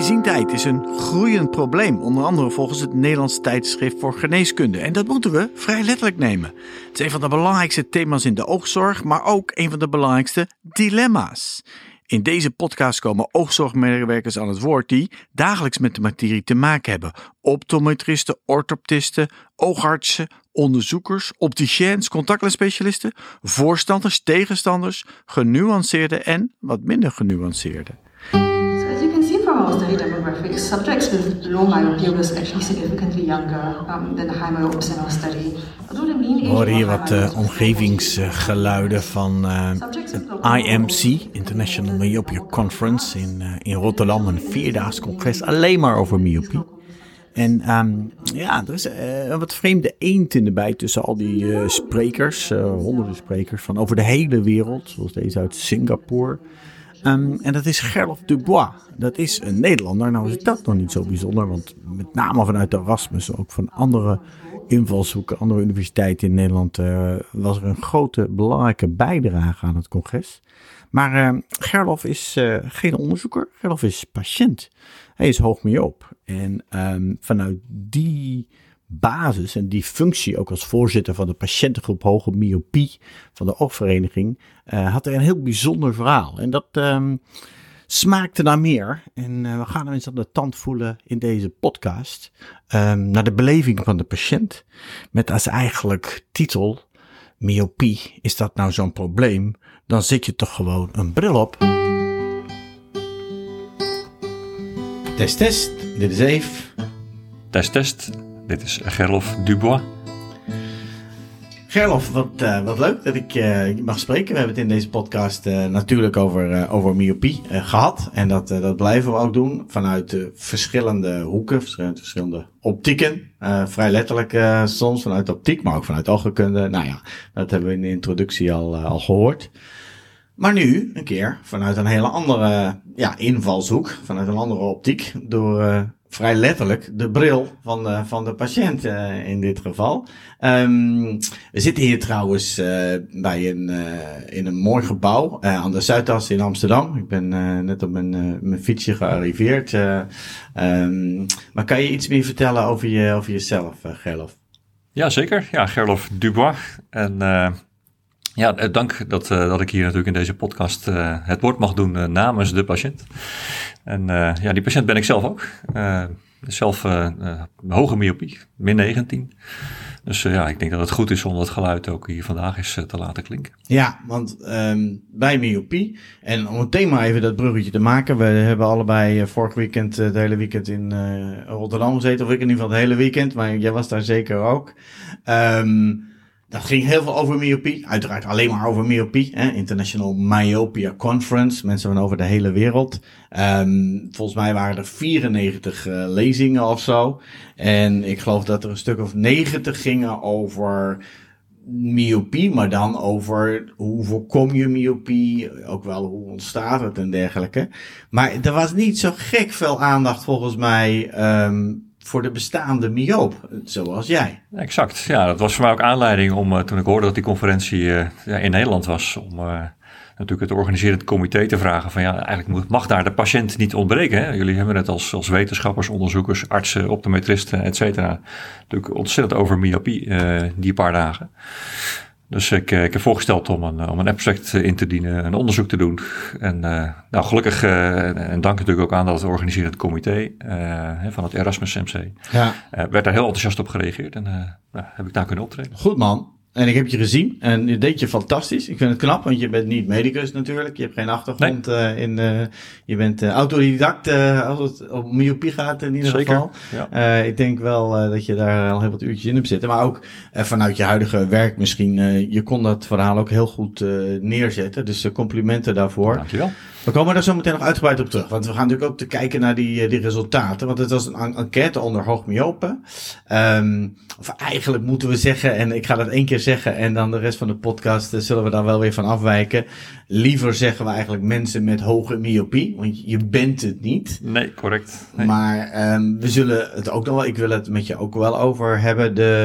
Slechtziendheid is een groeiend probleem, onder andere volgens het Nederlands tijdschrift voor geneeskunde. En dat moeten we vrij letterlijk nemen. Het is een van de belangrijkste thema's in de oogzorg, maar ook een van de belangrijkste dilemma's. In deze podcast komen oogzorgmedewerkers aan het woord die dagelijks met de materie te maken hebben. Optometristen, orthoptisten, oogartsen, onderzoekers, opticiëns, contactlensspecialisten, voorstanders, tegenstanders, genuanceerde en wat minder genuanceerde. As you can see from our study demographics, subjects with low myopia was actually significantly younger than high myopes in our study. We horen hier wat omgevingsgeluiden van het IMC, International Myopia Conference in Rotterdam. Een 4-daags congres alleen maar over myopie. En er is een wat vreemde eend in de bijt tussen al die sprekers, honderden sprekers van over de hele wereld, zoals deze uit Singapore. En dat is Gerlof Dubois. Dat is een Nederlander. Nou is dat nog niet zo bijzonder, want met name vanuit Erasmus, ook van andere invalshoeken, andere universiteiten in Nederland, was er een grote belangrijke bijdrage aan het congres. Maar Gerlof is geen onderzoeker, Gerlof is patiënt. Hij is hoogmyoop. En vanuit die basis en die functie, ook als voorzitter van de patiëntengroep Hoge Myopie van de Oogvereniging, had hij een heel bijzonder verhaal. En dat smaakte naar meer. En we gaan hem eens aan de tand voelen in deze podcast. Naar de beleving van de patiënt. Met als eigenlijk titel: myopie, is dat nou zo'n probleem? Dan zet je toch gewoon een bril op. Test, test. Dit is Eve. Test, test. Dit is Gerlof Dubois. Gerlof, wat leuk dat ik je mag spreken. We hebben het in deze podcast natuurlijk over myopie gehad. En dat blijven we ook doen vanuit verschillende hoeken, verschillende optieken. Vrij letterlijk soms vanuit de optiek, maar ook vanuit oogkunde. Nou ja, dat hebben we in de introductie al gehoord. Maar nu een keer vanuit een hele andere invalshoek, vanuit een andere optiek, door vrij letterlijk de bril van de patiënt in dit geval. We zitten hier trouwens in een mooi gebouw aan de Zuidas in Amsterdam. Ik ben net op mijn fietsje gearriveerd. Maar kan je iets meer vertellen over jezelf, Gerlof? Ja, zeker. Ja, Gerlof Dubois. En dank dat ik hier natuurlijk in deze podcast het woord mag doen namens de patiënt. En die patiënt ben ik zelf ook. Zelf hoge myopie, -19. Dus ik denk dat het goed is om dat geluid ook hier vandaag eens te laten klinken. Ja, want bij myopie, en om het thema even dat bruggetje te maken. We hebben allebei vorig weekend, het hele weekend in Rotterdam gezeten. Of ik in ieder geval het hele weekend, maar jij was daar zeker ook. Dat ging heel veel over myopie. Uiteraard alleen maar over myopie. International Myopia Conference. Mensen van over de hele wereld. Volgens mij waren er 94 lezingen of zo. En ik geloof dat er een stuk of 90 gingen over myopie. Maar dan over hoe voorkom je myopie. Ook wel hoe ontstaat het en dergelijke. Maar er was niet zo gek veel aandacht volgens mij voor de bestaande myoop, zoals jij. Exact, ja, dat was voor mij ook aanleiding om, toen ik hoorde dat die conferentie in Nederland was, om natuurlijk het organiserend comité te vragen van eigenlijk mag daar de patiënt niet ontbreken. Hè? Jullie hebben het als wetenschappers, onderzoekers, artsen, optometristen, et cetera, natuurlijk ontzettend over myopie die paar dagen. Dus ik heb voorgesteld om een abstract in te dienen, een onderzoek te doen. En gelukkig, en dank natuurlijk ook aan dat het organiserend comité van het Erasmus MC, werd daar heel enthousiast op gereageerd. En heb ik daar kunnen optreden. Goed man. En ik heb je gezien en je deed je fantastisch. Ik vind het knap, want je bent niet medicus natuurlijk. Je hebt geen achtergrond je bent autodidact als het om myopie gaat in ieder geval. Ja. Ik denk wel dat je daar al heel wat uurtjes in hebt zitten. Maar ook vanuit je huidige werk misschien. Je kon dat verhaal ook heel goed neerzetten. Dus complimenten daarvoor. Dankjewel. We komen daar zo meteen nog uitgebreid op terug. Want we gaan natuurlijk ook te kijken naar die resultaten. Want het was een enquête onder hoogmyopen. Of eigenlijk moeten we zeggen, en ik ga dat 1 keer zeggen en dan de rest van de podcast zullen we daar wel weer van afwijken. Liever zeggen we eigenlijk mensen met hoge myopie, want je bent het niet. Nee, correct. Nee. Maar we zullen het ook nog wel, ik wil het met je ook wel over hebben, de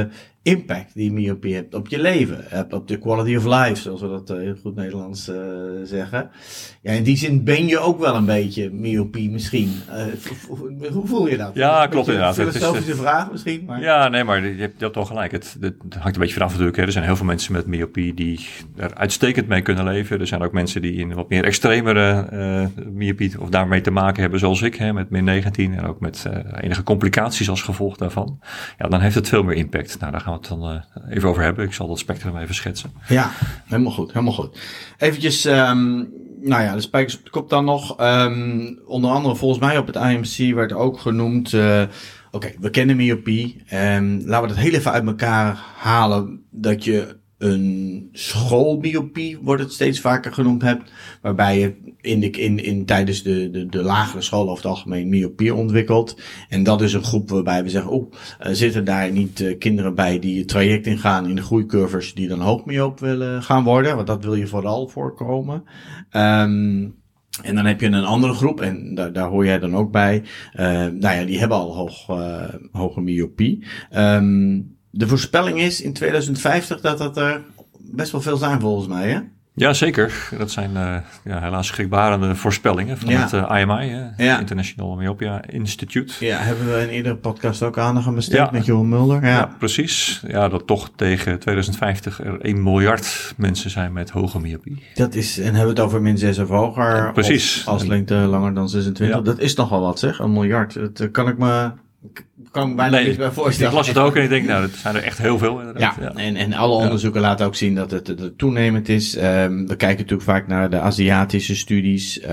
impact die myopie hebt op je leven. Op de quality of life, zoals we dat in goed Nederlands zeggen. Ja, in die zin ben je ook wel een beetje myopie misschien. Hoe voel je dat? Ja, klopt inderdaad. Een filosofische vraag misschien. Maar... Ja, nee, maar je hebt wel gelijk. Het hangt een beetje vanaf natuurlijk. Hè. Er zijn heel veel mensen met myopie die er uitstekend mee kunnen leven. Er zijn ook mensen die in wat meer extremere myopie of daarmee te maken hebben, zoals ik, hè, met min 19 en ook met enige complicaties als gevolg daarvan. Ja, dan heeft het veel meer impact. Nou, daar gaan we het dan even over hebben. Ik zal dat spectrum even schetsen. Ja, helemaal goed. Eventjes, de spijkers op de kop dan nog. Onder andere volgens mij op het IMC werd ook genoemd... Oké, we kennen myopie. Laten we dat heel even uit elkaar halen. Dat je een schoolmyopie, wordt het steeds vaker genoemd, hebt. Waarbij je tijdens de lagere school over het algemeen myopie ontwikkelt. En dat is een groep waarbij we zeggen, zitten daar niet kinderen bij die het traject ingaan in de groeicurves die dan hoogmyoop willen gaan worden? Want dat wil je vooral voorkomen. En dan heb je een andere groep, en daar hoor jij dan ook bij. Die hebben al hoge myopie. De voorspelling is in 2050 dat er best wel veel zijn volgens mij, hè? Ja, zeker. Dat zijn helaas schrikbarende voorspellingen van het IMI, International Myopia Institute. Ja, hebben we in eerdere podcast ook aandacht aan besteed met Jeroen Mulder. Ja, precies. Ja, dat toch tegen 2050 er 1 miljard mensen zijn met hoge myopie. Dat is, en hebben we het over min 6 of hoger? Ja, precies. Of als lengte langer dan 26. Ja. Dat is nogal wat, zeg. 1 miljard. Dat kan ik me bijna niet bij voorstellen. Ik las het ook en ik denk, dat zijn er echt heel veel inderdaad. Ja. En alle onderzoeken laten ook zien dat het toenemend is. We kijken natuurlijk vaak naar de Aziatische studies.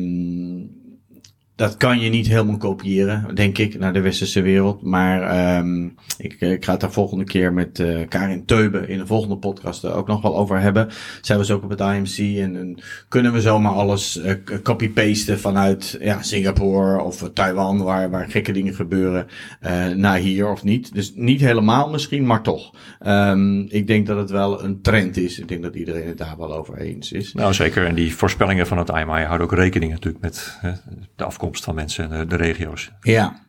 Dat kan je niet helemaal kopiëren, denk ik, naar de westerse wereld. Maar ik ga het daar volgende keer met Karin Teube in de volgende podcast ook nog wel over hebben. Zij was ook op het IMC en kunnen we zomaar alles copy-pasten vanuit Singapore of Taiwan, waar gekke dingen gebeuren, naar hier of niet. Dus niet helemaal misschien, maar toch. Ik denk dat het wel een trend is. Ik denk dat iedereen het daar wel over eens is. Nou zeker, en die voorspellingen van het IMI houden ook rekening natuurlijk met de afkomst van mensen in de regio's. Ja.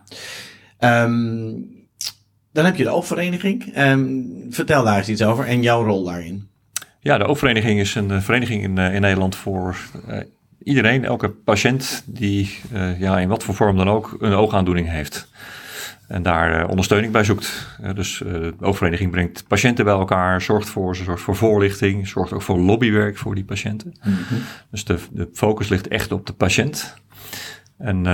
Dan heb je de oogvereniging. Vertel daar eens iets over en jouw rol daarin. Ja, de oogvereniging is een vereniging in Nederland voor iedereen, elke patiënt die in wat voor vorm dan ook een oogaandoening heeft. En daar ondersteuning bij zoekt. Dus de oogvereniging brengt patiënten bij elkaar, zorgt voor voorlichting, zorgt ook voor lobbywerk voor die patiënten. Mm-hmm. Dus de focus ligt echt op de patiënt. En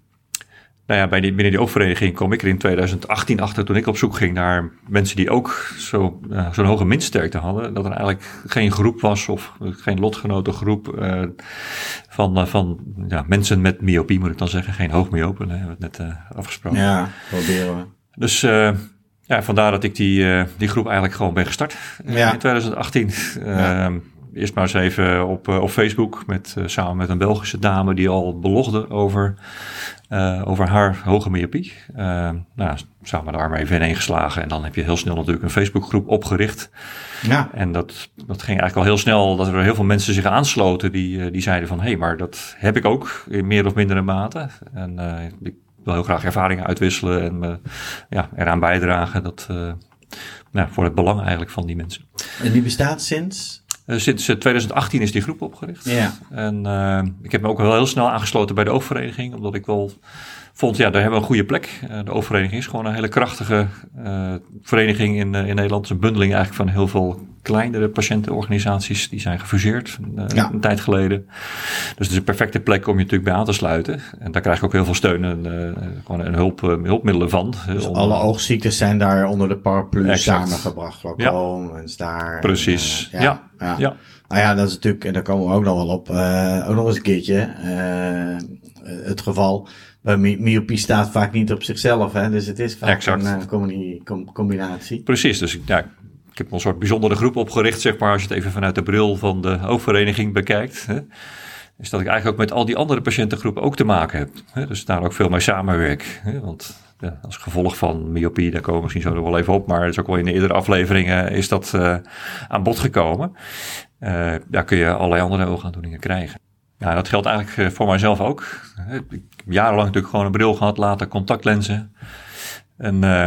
binnen die oogvereniging kwam ik er in 2018 achter, toen ik op zoek ging naar mensen die ook zo'n hoge minsterkte hadden, dat er eigenlijk geen groep was of geen lotgenotengroep van mensen met myopie, moet ik dan zeggen, geen hoogmyopen, hebben we het net afgesproken. Ja, proberen we. Dus vandaar dat ik die groep eigenlijk gewoon ben gestart in 2018. Eerst maar eens even op Facebook samen met een Belgische dame die al blogde over haar hoge myopie. Samen daarmee even ineengeslagen en dan heb je heel snel natuurlijk een Facebookgroep opgericht. Ja. En dat ging eigenlijk al heel snel, dat er heel veel mensen zich aansloten die zeiden van, hé, maar dat heb ik ook in meer of mindere mate. En ik wil heel graag ervaringen uitwisselen en eraan bijdragen voor het belang eigenlijk van die mensen. En die bestaat sinds? Sinds 2018 is die groep opgericht. Ja. En ik heb me ook wel heel snel aangesloten bij de oogvereniging, omdat ik wel vond, daar hebben we een goede plek. De oogvereniging is gewoon een hele krachtige vereniging in Nederland. Het is een bundeling eigenlijk van heel veel kleinere patiëntenorganisaties. Die zijn gefuseerd een tijd geleden. Dus het is een perfecte plek om je natuurlijk bij aan te sluiten. En daar krijg ik ook heel veel steun en hulpmiddelen van. Dus alle oogziektes zijn daar onder de paraplu samengebracht. Glaucoom en staar. Precies, ja. Nou ja, dat is natuurlijk, en daar komen we ook nog wel op, ook nog eens een keertje, het geval. Myopie staat vaak niet op zichzelf, hè? Dus het is vaak een combinatie. Precies, dus ik heb een soort bijzondere groep opgericht, zeg maar, als je het even vanuit de bril van de oogvereniging bekijkt. Hè? Is dat ik eigenlijk ook met al die andere patiëntengroepen ook te maken heb. Hè? Dus daar ook veel mee samenwerk. Hè? Want als gevolg van myopie, daar komen we misschien zo nog wel even op, maar het is ook wel in de eerdere afleveringen is dat aan bod gekomen. Daar kun je allerlei andere oogaandoeningen krijgen. Ja, dat geldt eigenlijk voor mijzelf ook. Ik heb jarenlang natuurlijk gewoon een bril gehad, later contactlenzen. En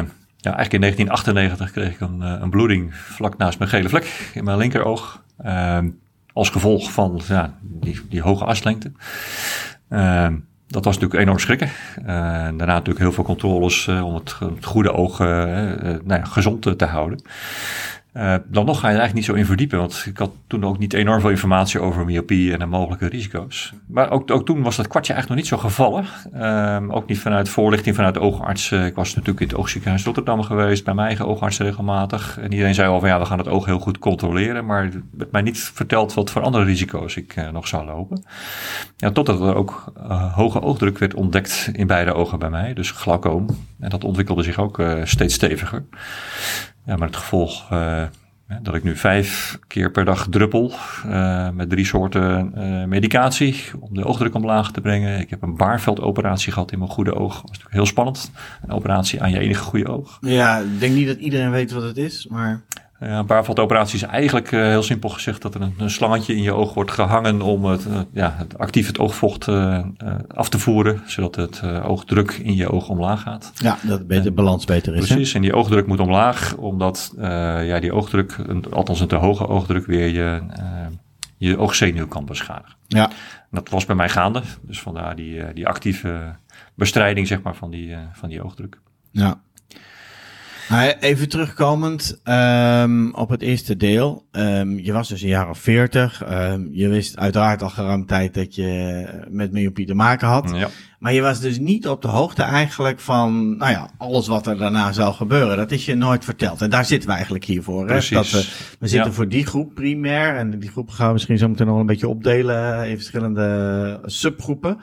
eigenlijk in 1998 kreeg ik een bloeding vlak naast mijn gele vlek in mijn linkeroog. Als gevolg van die hoge aslengte. Dat was natuurlijk enorm schrikken. Daarna natuurlijk heel veel controles om het goede oog gezond te houden. Dan nog ga je er eigenlijk niet zo in verdiepen, want ik had toen ook niet enorm veel informatie over myopie en de mogelijke risico's. Maar ook toen was dat kwartje eigenlijk nog niet zo gevallen. Ook niet vanuit voorlichting vanuit de oogarts. Ik was natuurlijk in het oogziekenhuis Rotterdam geweest, bij mijn eigen oogarts regelmatig. En iedereen zei al van we gaan het oog heel goed controleren, maar het werd mij niet verteld wat voor andere risico's ik nog zou lopen. Ja, totdat er ook hoge oogdruk werd ontdekt in beide ogen bij mij, dus glaucoom. En dat ontwikkelde zich ook steeds steviger. Ja, maar het gevolg dat ik nu 5 keer per dag druppel met 3 soorten medicatie om de oogdruk omlaag te brengen. Ik heb een baarveldoperatie gehad in mijn goede oog. Dat was natuurlijk heel spannend. Een operatie aan je enige goede oog. Ja, ik denk niet dat iedereen weet wat het is, maar... Een baarveldoperatie is eigenlijk heel simpel gezegd dat er een slangetje in je oog wordt gehangen om actief het oogvocht af te voeren, zodat het oogdruk in je oog omlaag gaat. Ja, dat de balans beter is. Precies, en die oogdruk moet omlaag, omdat die oogdruk, althans een te hoge oogdruk, weer je oogzenuw kan beschadigen. Ja. En dat was bij mij gaande, dus vandaar die actieve bestrijding zeg maar, van die oogdruk. Ja. Even terugkomend op het eerste deel. Je was dus een jaar of 40. Je wist uiteraard al geruime tijd dat je met myopie te maken had. Ja. Maar je was dus niet op de hoogte eigenlijk van alles wat er daarna zou gebeuren. Dat is je nooit verteld. En daar zitten we eigenlijk hier voor. Hè? Dat we zitten voor die groep primair. En die groep gaan we misschien zo meteen nog een beetje opdelen in verschillende subgroepen.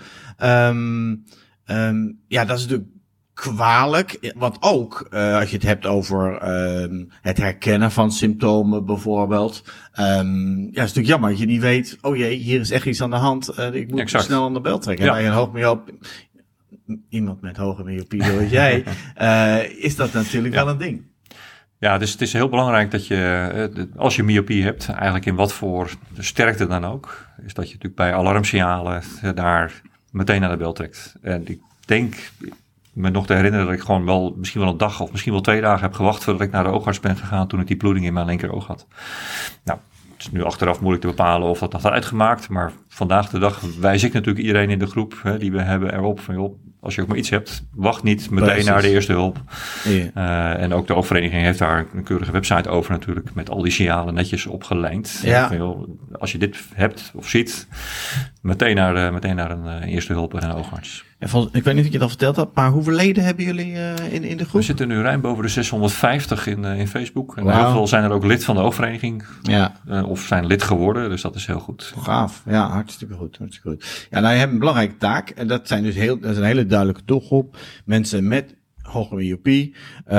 Dat is natuurlijk kwalijk, wat ook, als je het hebt over het herkennen van symptomen bijvoorbeeld. Het is natuurlijk jammer dat je niet weet, oh jee, hier is echt iets aan de hand, ik moet snel aan de bel trekken. En bij een hoogmyoop, iemand met hoge myopie zoals jij, is dat natuurlijk wel een ding. Ja, dus het is heel belangrijk dat je, als je myopie hebt, eigenlijk in wat voor sterkte dan ook, is dat je natuurlijk bij alarmsignalen daar meteen aan de bel trekt. En ik denk me nog te herinneren dat ik gewoon misschien wel een dag of misschien wel 2 dagen heb gewacht voordat ik naar de oogarts ben gegaan toen ik die bloeding in mijn linkeroog had. Nou, het is nu achteraf moeilijk te bepalen of dat had uitgemaakt, maar vandaag de dag wijs ik natuurlijk iedereen in de groep die we hebben erop van joh, als je ook maar iets hebt, wacht niet meteen naar de eerste hulp. Ja. En ook de oogvereniging heeft daar een keurige website over natuurlijk, met al die signalen netjes opgelijnd. Ja. Van, joh, als je dit hebt of ziet, meteen naar een eerste hulp en een oogarts. Ik weet niet of je het al verteld hebt, maar hoeveel leden hebben jullie in de groep? We zitten nu ruim boven de 650 in Facebook. En heel veel zijn er ook lid van de oogvereniging. Ja. Of zijn lid geworden, dus dat is heel goed. Gaaf, ja, hartstikke goed. Ja, nou, je hebt een belangrijke taak. En dat zijn dus dat is een hele duidelijke doelgroep. Mensen met hoge myopie.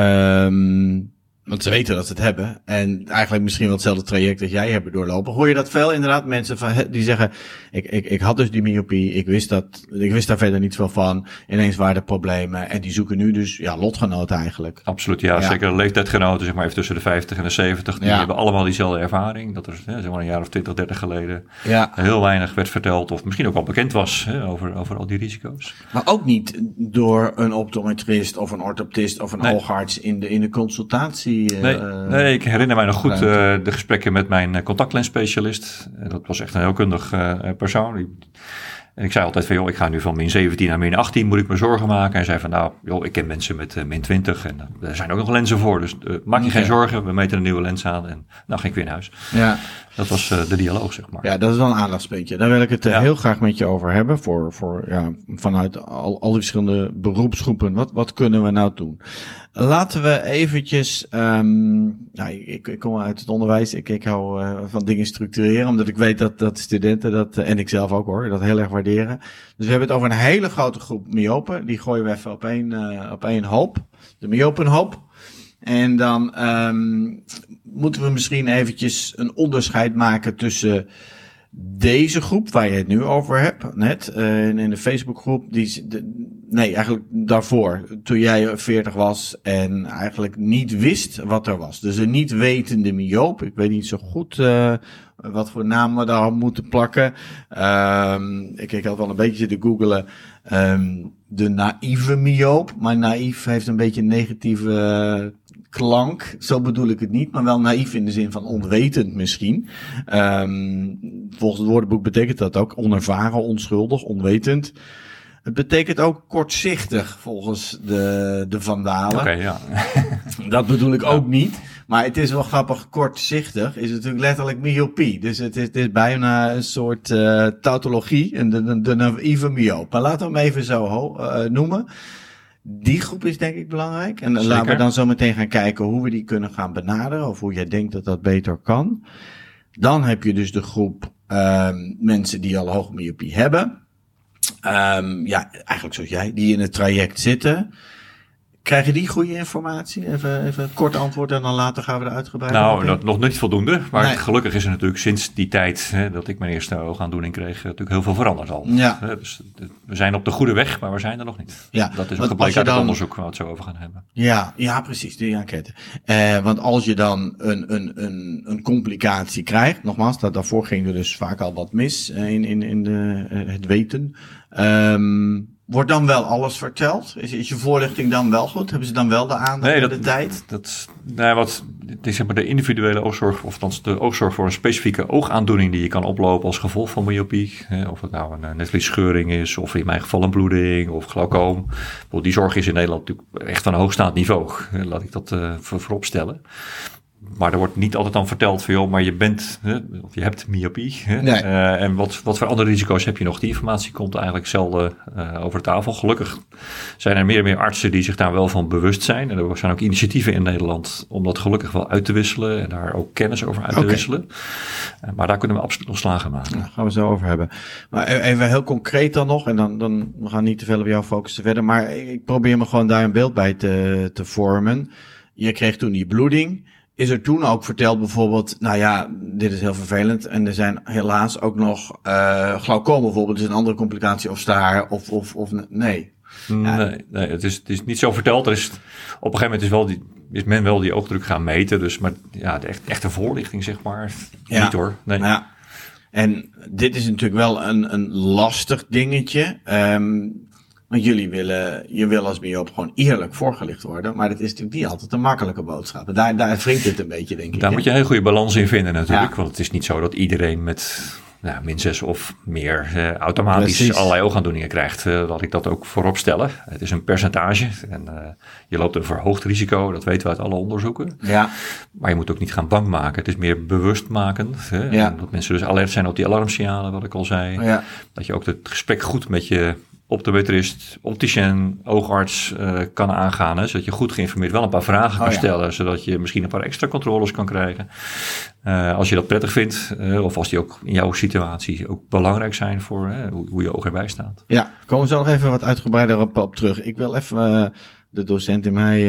Want ze weten dat ze het hebben. En eigenlijk misschien wel hetzelfde traject dat jij hebt doorlopen. Hoor je dat veel inderdaad? Mensen die zeggen, ik had dus die myopie. Ik wist daar verder niet veel van. Ineens waren er problemen. En die zoeken nu dus, lotgenoten eigenlijk. Absoluut, ja. Zeker leeftijdsgenoten, zeg maar even tussen de 50 en de 70. Die hebben allemaal diezelfde ervaring. Dat er, zeg maar een jaar of 20, 30 geleden heel weinig werd verteld. Of misschien ook al bekend was over al die risico's. Maar ook niet door een optometrist of een orthoptist of een oogarts in de consultatie. Nee, ik herinner mij nog goed de gesprekken met mijn contactlensspecialist. Dat was echt een heel kundig persoon. En ik zei altijd van, ik ga nu van min 17 naar min 18, moet ik me zorgen maken? En hij zei van, ik ken mensen met min 20 en er zijn ook nog lenzen voor. Dus maak je geen zorgen, we meten een nieuwe lens aan en dan ging ik weer naar huis. Ja. Dat was de dialoog, zeg maar. Ja, dat is wel een aandachtspuntje. Daar wil ik het heel graag met je over hebben. Vanuit al die verschillende beroepsgroepen. Wat kunnen we nou doen? Laten we eventjes, ik kom uit het onderwijs. Ik hou van dingen structureren, omdat ik weet dat studenten en ik zelf ook hoor, dat heel erg waarderen. Dus we hebben het over een hele grote groep myopen. Die gooien we even op één hoop. De myopenhoop. En dan moeten we misschien eventjes een onderscheid maken tussen deze groep, waar je het nu over hebt, net, in de Facebookgroep, eigenlijk daarvoor, toen jij 40 was en eigenlijk niet wist wat er was. Dus een niet wetende myoop, ik weet niet zo goed wat voor naam we daar moeten plakken. Ik had wel een beetje te googelen. De naïeve myoop. Maar naïef heeft een beetje een negatieve klank. Zo bedoel ik het niet. Maar wel naïef in de zin van onwetend misschien. Volgens het woordenboek betekent dat ook. Onervaren, onschuldig, onwetend. Het betekent ook kortzichtig volgens de Vandalen. Oké, ja. Dat bedoel ik ook niet. Maar het is wel grappig, kortzichtig is natuurlijk letterlijk myopie. Dus het is bijna een soort tautologie, de naïeve myoop. Maar laten we hem even zo noemen. Die groep is denk ik belangrijk. En Zeker. laten we dan zo meteen gaan kijken hoe we die kunnen gaan benaderen. Of hoe jij denkt dat dat beter kan. Dan heb je dus de groep mensen die al hoge myopie hebben. Eigenlijk zoals jij, die in het traject zitten. Krijgen die goede informatie? Even een kort antwoord en dan later gaan we er uitgebreid over. Dat nog niet voldoende. Maar Nee. Gelukkig is er natuurlijk sinds die tijd dat ik mijn eerste oogaandoening kreeg, natuurlijk heel veel veranderd al. Ja. Dus we zijn op de goede weg, maar we zijn er nog niet. Ja, Dat is want ook gebleken als je uit het dan- onderzoek waar we het zo over gaan hebben. Ja, precies, die enquête. Want als je dan een complicatie krijgt, nogmaals, daarvoor ging er dus vaak al wat mis in het weten. Wordt dan wel alles verteld? Is je voorlichting dan wel goed? Hebben ze dan wel de aandacht en de tijd? Het is zeg maar de individuele oogzorg, of althans de oogzorg voor een specifieke oogaandoening die je kan oplopen als gevolg van myopie. Of het nou een netvliesscheuring is, of in mijn geval een bloeding, of glaucoom. Die zorg is in Nederland natuurlijk echt van een hoogstaand niveau. Laat ik dat voorop stellen. Maar er wordt niet altijd dan verteld van, joh, maar je hebt myopie. Nee. En wat voor andere risico's heb je nog? Die informatie komt eigenlijk zelden over de tafel. Gelukkig zijn er meer en meer artsen die zich daar wel van bewust zijn. En er zijn ook initiatieven in Nederland om dat gelukkig wel uit te wisselen. En daar ook kennis over uit te wisselen. Maar daar kunnen we absoluut nog slagen maken. Daar gaan we zo over hebben. Maar even heel concreet dan nog. En dan we gaan niet te veel op jou focussen verder. Maar ik probeer me gewoon daar een beeld bij te vormen. Je kreeg toen die bloeding. Is er toen ook verteld bijvoorbeeld, nou ja, dit is heel vervelend. En er zijn helaas ook nog glaucoom bijvoorbeeld. Dus een andere complicatie of staar of nee. Ja. Nee, het is niet zo verteld. Op een gegeven moment is men wel die oogdruk gaan meten. Dus, maar ja, de echte voorlichting zeg maar, niet hoor. Nee. Ja. En dit is natuurlijk wel een lastig dingetje. Want je wil als myoop gewoon eerlijk voorgelicht worden. Maar dat is natuurlijk niet altijd een makkelijke boodschap. En daar wringt het een beetje, denk ik. Daar moet je een hele goede balans in vinden natuurlijk. Ja. Want het is niet zo dat iedereen met min 6 of meer automatisch Precies. allerlei oogaandoeningen krijgt. Laat ik dat ook voorop stellen. Het is een percentage. En je loopt een verhoogd risico. Dat weten we uit alle onderzoeken. Ja. Maar je moet ook niet gaan bang maken. Het is meer bewust maken. Ja. En dat mensen dus alert zijn op die alarmsignalen, wat ik al zei. Ja. Dat je ook het gesprek goed met je optometrist, opticien, oogarts kan aangaan. Hè, zodat je goed geïnformeerd wel een paar vragen kan stellen. Zodat je misschien een paar extra controles kan krijgen. Als je dat prettig vindt. Of als die ook in jouw situatie ook belangrijk zijn voor hoe je oog erbij staat. Ja, komen we zo nog even wat uitgebreider op terug. Ik wil even de docent in mij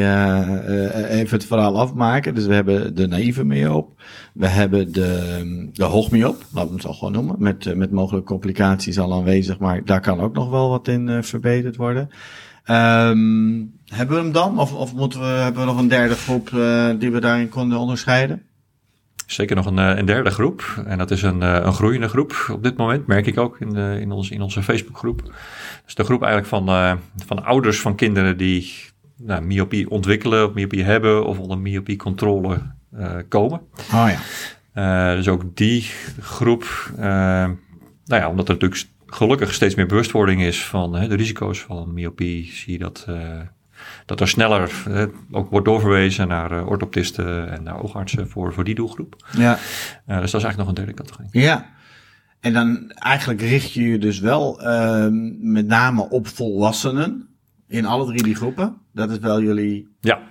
even het verhaal afmaken. Dus we hebben de naïeve myoop. We hebben de hoogmyoop, laten we hem zo gewoon noemen. Met mogelijke complicaties al aanwezig. Maar daar kan ook nog wel wat in verbeterd worden. Hebben we hem dan? Of hebben we nog een derde groep die we daarin konden onderscheiden? Zeker nog een derde groep. En dat is een groeiende groep op dit moment. Merk ik ook in onze Facebookgroep. Dus de groep eigenlijk van ouders van kinderen die myopie ontwikkelen, of myopie hebben of onder myopiecontrole komen. Oh ja. Dus ook die groep, omdat er natuurlijk gelukkig steeds meer bewustwording is van de risico's van myopie, zie je dat er sneller ook wordt doorverwezen naar orthoptisten en naar oogartsen voor die doelgroep. Ja. Dus dat is eigenlijk nog een derde categorie. Ja. En dan eigenlijk richt je je dus wel met name op volwassenen in alle drie die groepen. Dat is wel jullie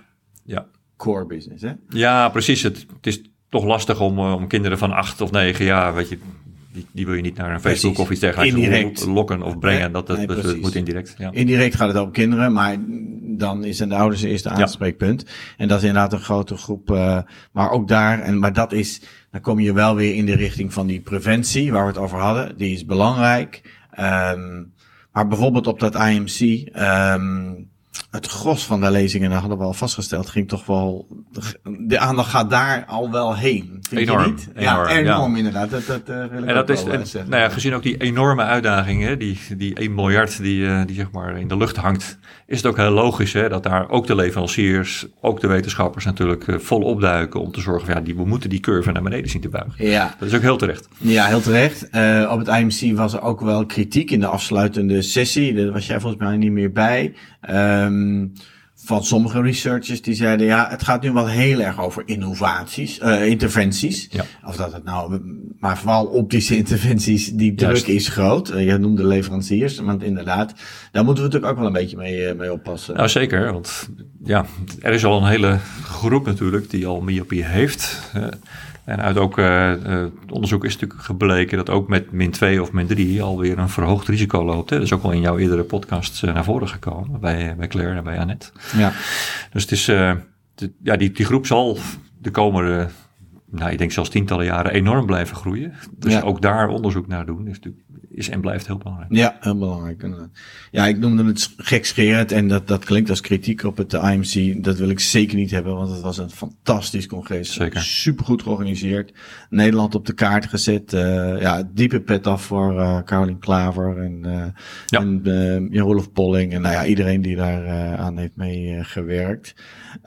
core business, hè? Ja, precies. Het is toch lastig om kinderen van 8 of 9 jaar, weet je, die wil je niet naar een Facebook Precies. of iets dergelijks Indirect lokken of brengen. Nee, Dat moet indirect. Ja. Indirect gaat het om kinderen, maar dan is de ouders het eerste aanspreekpunt. En dat is inderdaad een grote groep. Maar ook daar, maar dan kom je wel weer in de richting van die preventie, waar we het over hadden. Die is belangrijk. Maar bijvoorbeeld op dat IMC, het gros van de lezingen, dat hadden we al vastgesteld, ging toch wel, de aandacht gaat daar al wel heen. Vind enorm, je niet? enorm, enorm inderdaad. Dat wil ik en dat ook is, wel zeggen. nou ja, gezien ook die enorme uitdagingen, die 1 miljard die zeg maar in de lucht hangt, is het ook heel logisch dat daar ook de leveranciers, ook de wetenschappers natuurlijk vol opduiken om te zorgen van we moeten die curve naar beneden zien te buigen. Ja. Dat is ook heel terecht. Ja, heel terecht. Op het IMC was er ook wel kritiek in de afsluitende sessie. Daar was jij volgens mij niet meer bij. Van sommige researchers die zeiden, het gaat nu wel heel erg over interventies. Ja. Of dat het maar vooral optische interventies, die druk is groot. Je noemde leveranciers, want inderdaad, daar moeten we natuurlijk ook wel een beetje mee oppassen. Nou zeker, want er is al een hele groep natuurlijk die al myopie heeft. En uit ook onderzoek is natuurlijk gebleken dat ook met min 2 of min 3 alweer een verhoogd risico loopt. Hè. Dat is ook al in jouw eerdere podcast naar voren gekomen, bij Claire en bij Annette. Ja. Dus het is, die groep zal de komende, ik denk zelfs tientallen jaren enorm blijven groeien. Dus ook daar onderzoek naar doen is en blijft heel belangrijk. Ja, heel belangrijk. Ja, ik noemde het gekscherend en dat klinkt als kritiek op het IMC. Dat wil ik zeker niet hebben, want het was een fantastisch congres. Zeker. Supergoed georganiseerd. Nederland op de kaart gezet. Diepe pet af voor Caroline Klaver en Rolf Polling. En iedereen die daar aan heeft meegewerkt.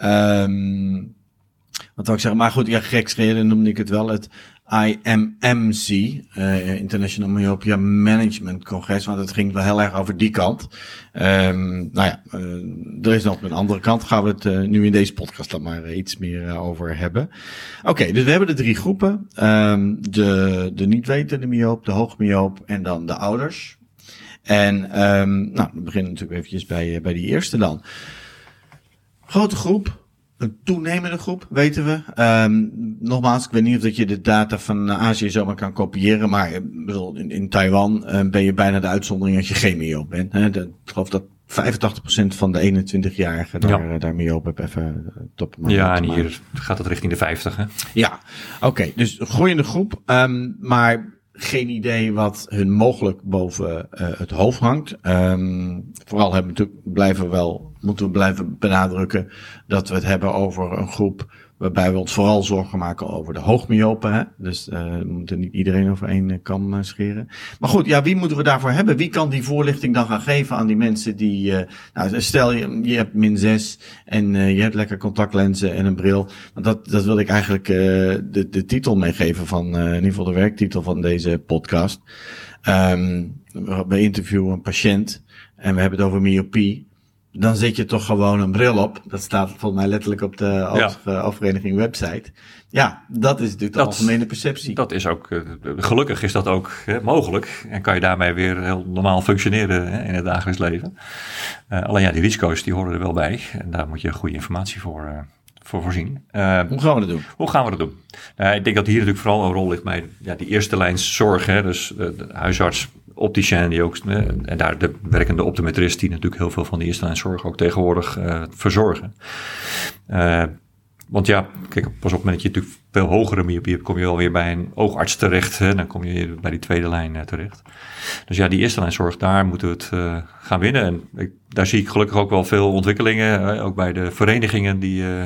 Wat wil ik zeggen? Maar goed, gekscherend noemde ik het wel. Het IMMC, International Myopia Management Congress, want het ging wel heel erg over die kant. Er is nog een andere kant, gaan we het nu in deze podcast dan maar iets meer over hebben. Oké, dus we hebben de 3 groepen. De niet-wetende myoop, de hoogmyoop en dan de ouders. En we beginnen natuurlijk eventjes bij die eerste dan. Grote groep. Een toenemende groep, weten we. Nogmaals, ik weet niet of dat je de data van Azië zomaar kan kopiëren, maar in Taiwan ben je bijna de uitzondering als je geen myoop bent. Hè. Ik geloof dat 85% van de 21-jarigen daar myoop hebben. Even top. En hier gaat het richting de 50. Hè? Ja, oké. Dus een groeiende groep, maar geen idee wat hun mogelijk boven het hoofd hangt. Vooral moeten we blijven benadrukken dat we het hebben over een groep waarbij we ons vooral zorgen maken over de hoogmyopen. Hè? Dus we moeten niet iedereen over één kam scheren. Maar goed, wie moeten we daarvoor hebben? Wie kan die voorlichting dan gaan geven aan die mensen die... stel je hebt min 6 en je hebt lekker contactlenzen en een bril. Want dat wil ik eigenlijk de titel meegeven van... in ieder geval de werktitel van deze podcast. We interviewen een patiënt en we hebben het over myopie. Dan zet je toch gewoon een bril op. Dat staat volgens mij letterlijk op de Oogvereniging website. Ja, dat is natuurlijk de algemene perceptie. Dat is ook, gelukkig is dat ook mogelijk. En kan je daarmee weer heel normaal functioneren in het dagelijks leven. Alleen die risico's die horen er wel bij. En daar moet je goede informatie voor voorzien. Hoe gaan we dat doen? Ik denk dat hier natuurlijk vooral een rol ligt bij die eerste lijns zorg. Hè, dus de huisarts, opticien die ook, en daar de werkende optometrist die natuurlijk heel veel van die eerste lijn zorg ook tegenwoordig verzorgen. Want kijk, pas op het moment dat je natuurlijk veel hogere myopie hebt, kom je wel weer bij een oogarts terecht. Hè, dan kom je bij die tweede lijn terecht. Dus die eerste lijn zorg, daar moeten we het gaan winnen. En daar zie ik gelukkig ook wel veel ontwikkelingen, ook bij de verenigingen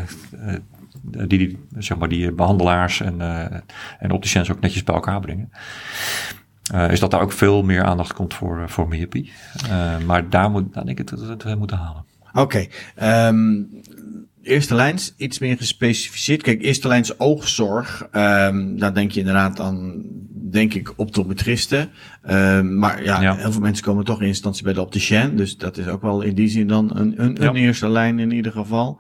die behandelaars en opticiens ook netjes bij elkaar brengen. Is dat daar ook veel meer aandacht komt voor myopie. Maar daar denk ik dat we moeten halen. Oké. Eerste lijns, iets meer gespecificeerd. Kijk, eerste lijns oogzorg, daar denk je inderdaad aan, denk ik, optometristen. Maar heel veel mensen komen toch in instantie bij de opticien. Dus dat is ook wel in die zin dan een eerste lijn in ieder geval.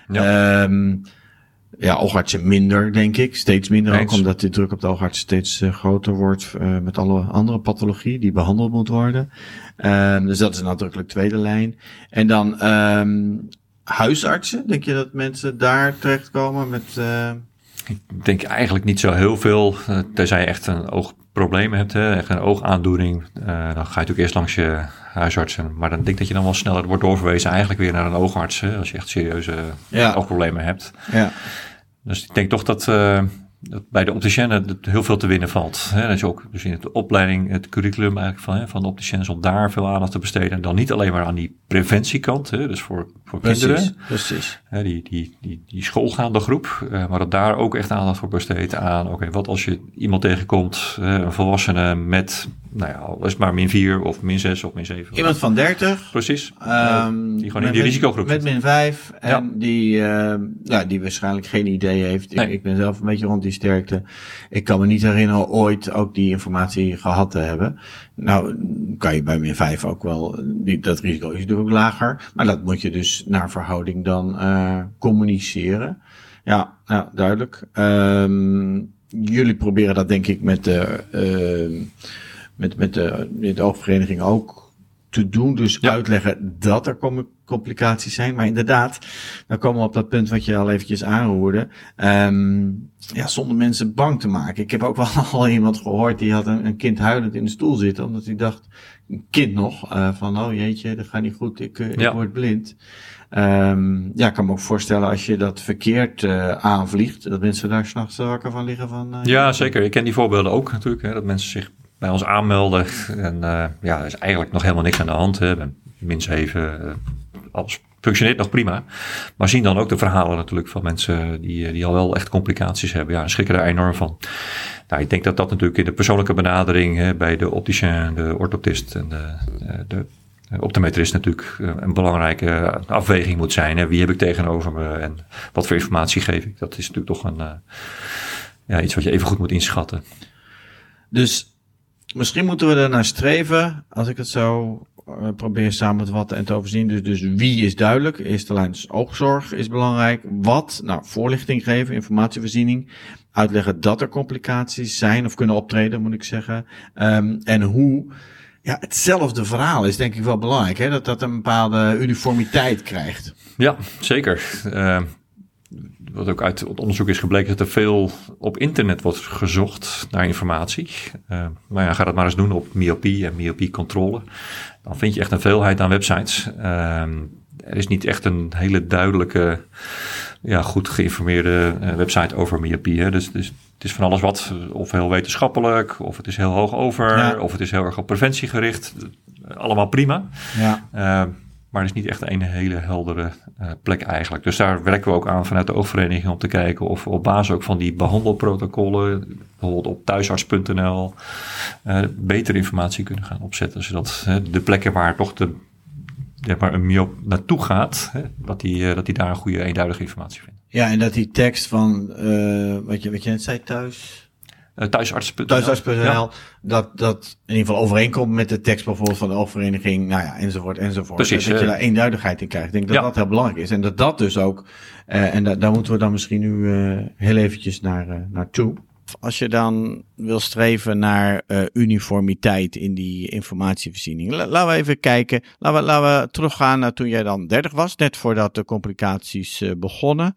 Oogartsen minder, denk ik. Steeds minder, ook omdat de druk op de oogarts steeds groter wordt met alle andere pathologieën die behandeld moet worden. Dus dat is een nadrukkelijk tweede lijn. En dan huisartsen, denk je dat mensen daar terechtkomen met... Ik denk eigenlijk niet zo heel veel. Tenzij je echt een oogprobleem hebt, echt een oogaandoening. Dan ga je natuurlijk eerst langs je huisartsen. Maar dan denk ik dat je dan wel sneller wordt doorverwezen eigenlijk weer naar een oogarts. Als je echt serieuze oogproblemen hebt. Ja. Dus ik denk toch dat dat bij de opticiënen heel veel te winnen valt. Dat is ook dus in de opleiding, het curriculum eigenlijk van de opticiëns om daar veel aandacht te besteden. En dan niet alleen maar aan die preventiekant, dus voor kinderen. Precies. Die schoolgaande groep. Maar dat daar ook echt aandacht voor besteedt aan, oké, wat als je iemand tegenkomt, een volwassene met, al is maar -4 of -6 of -7. Iemand van 30. Precies. Die gewoon in die risicogroep met -5 en die waarschijnlijk geen idee heeft. Nee. Ik ben zelf een beetje rond die sterkte. Ik kan me niet herinneren ooit ook die informatie gehad te hebben. Nou, kan je bij -5 ook wel, dat risico is natuurlijk lager. Maar dat moet je dus naar verhouding dan communiceren. Ja, duidelijk. Jullie proberen dat denk ik met de oogvereniging ook te doen. Dus uitleggen dat er complicaties zijn. Maar inderdaad, dan komen we op dat punt wat je al eventjes aanroerde. Zonder mensen bang te maken. Ik heb ook wel al iemand gehoord die had een kind huilend in de stoel zitten. Omdat hij dacht, een kind nog, van oh jeetje, dat gaat niet goed, ik word blind. Ik kan me ook voorstellen als je dat verkeerd aanvliegt, dat mensen daar 's nachts wakker van liggen. Ja, zeker. Ik ken die voorbeelden ook natuurlijk. Dat mensen zich bij ons aanmelden. En er is eigenlijk nog helemaal niks aan de hand. -7, alles functioneert nog prima. Maar zien dan ook de verhalen natuurlijk van mensen die al wel echt complicaties hebben. Ja, en schrikken daar enorm van. Nou, ik denk dat natuurlijk in de persoonlijke benadering bij de opticien, de orthoptist en de optometrist natuurlijk een belangrijke afweging moet zijn. Wie heb ik tegenover me en wat voor informatie geef ik? Dat is natuurlijk toch iets wat je even goed moet inschatten. Dus misschien moeten we er naar streven, als ik het zo probeer samen te vatten en te overzien. Dus wie is duidelijk? Eerste lijn oogzorg is belangrijk. Wat? Voorlichting geven, informatievoorziening. Uitleggen dat er complicaties zijn of kunnen optreden, moet ik zeggen. En hoe. Ja, hetzelfde verhaal is denk ik wel belangrijk, dat een bepaalde uniformiteit krijgt. Ja, zeker. Wat ook uit het onderzoek is gebleken, dat er veel op internet wordt gezocht naar informatie. Maar ga dat maar eens doen op myopie en myopiecontrole. Dan vind je echt een veelheid aan websites. Er is niet echt een hele duidelijke, goed geïnformeerde website over myopie. Dus het is van alles wat, of heel wetenschappelijk, of het is heel hoog over, of het is heel erg op preventie gericht. Allemaal prima. Ja. Maar er is niet echt een hele heldere plek eigenlijk. Dus daar werken we ook aan vanuit de oogvereniging om te kijken of we op basis ook van die behandelprotocollen, bijvoorbeeld op thuisarts.nl, betere informatie kunnen gaan opzetten. Zodat de plekken waar toch een myoop naartoe gaat, dat die daar een goede eenduidige informatie vindt. Ja, en dat die tekst van, wat je net zei, thuisarts.nl, dat in ieder geval overeenkomt met de tekst bijvoorbeeld van de oogvereniging, enzovoort. Precies, dat je daar eenduidigheid in krijgt. Ik denk dat heel belangrijk is. En dat dus ook, en daar moeten we dan misschien nu heel eventjes naartoe. Als je dan wil streven naar uniformiteit in die informatievoorziening. Laten we even kijken. Laten we teruggaan naar toen jij dan 30 was, net voordat de complicaties begonnen.